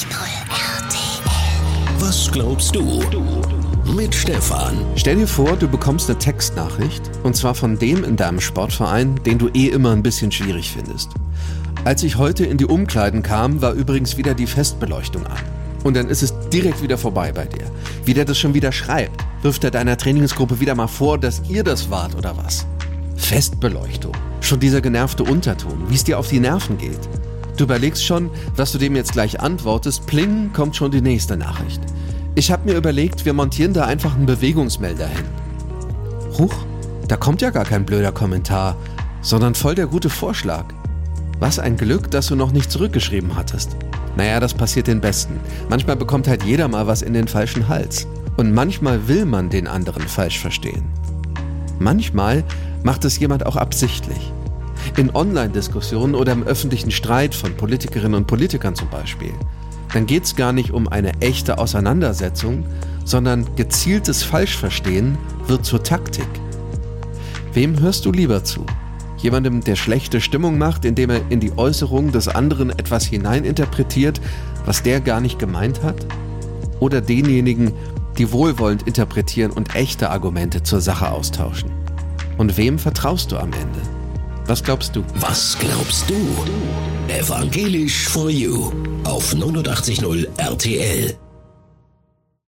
RTL. Was glaubst du? Mit Stefan. Stell dir vor, du bekommst eine Textnachricht, und zwar von dem in deinem Sportverein, den du immer ein bisschen schwierig findest. Als ich heute in die Umkleiden kam, war übrigens wieder die Festbeleuchtung an. Und dann ist es direkt wieder vorbei bei dir. Wie der das schon wieder schreibt. Wirft er deiner Trainingsgruppe wieder mal vor, dass ihr das wart oder was? Festbeleuchtung. Schon dieser genervte Unterton, wie es dir auf die Nerven geht. Du überlegst schon, was du dem jetzt gleich antwortest. Pling, kommt schon die nächste Nachricht. Ich habe mir überlegt, wir montieren da einfach einen Bewegungsmelder hin. Huch, da kommt ja gar kein blöder Kommentar, sondern voll der gute Vorschlag. Was ein Glück, dass du noch nicht zurückgeschrieben hattest. Naja, das passiert den Besten. Manchmal bekommt halt jeder mal was in den falschen Hals. Und manchmal will man den anderen falsch verstehen. Manchmal macht es jemand auch absichtlich. In Online-Diskussionen oder im öffentlichen Streit von Politikerinnen und Politikern zum Beispiel. Dann geht es gar nicht um eine echte Auseinandersetzung, sondern gezieltes Falschverstehen wird zur Taktik. Wem hörst du lieber zu? Jemandem, der schlechte Stimmung macht, indem er in die Äußerung des anderen etwas hineininterpretiert, was der gar nicht gemeint hat? Oder denjenigen, die wohlwollend interpretieren und echte Argumente zur Sache austauschen? Und wem vertraust du am Ende? Was glaubst du? Was glaubst du? Evangelisch for You auf 89.0 RTL.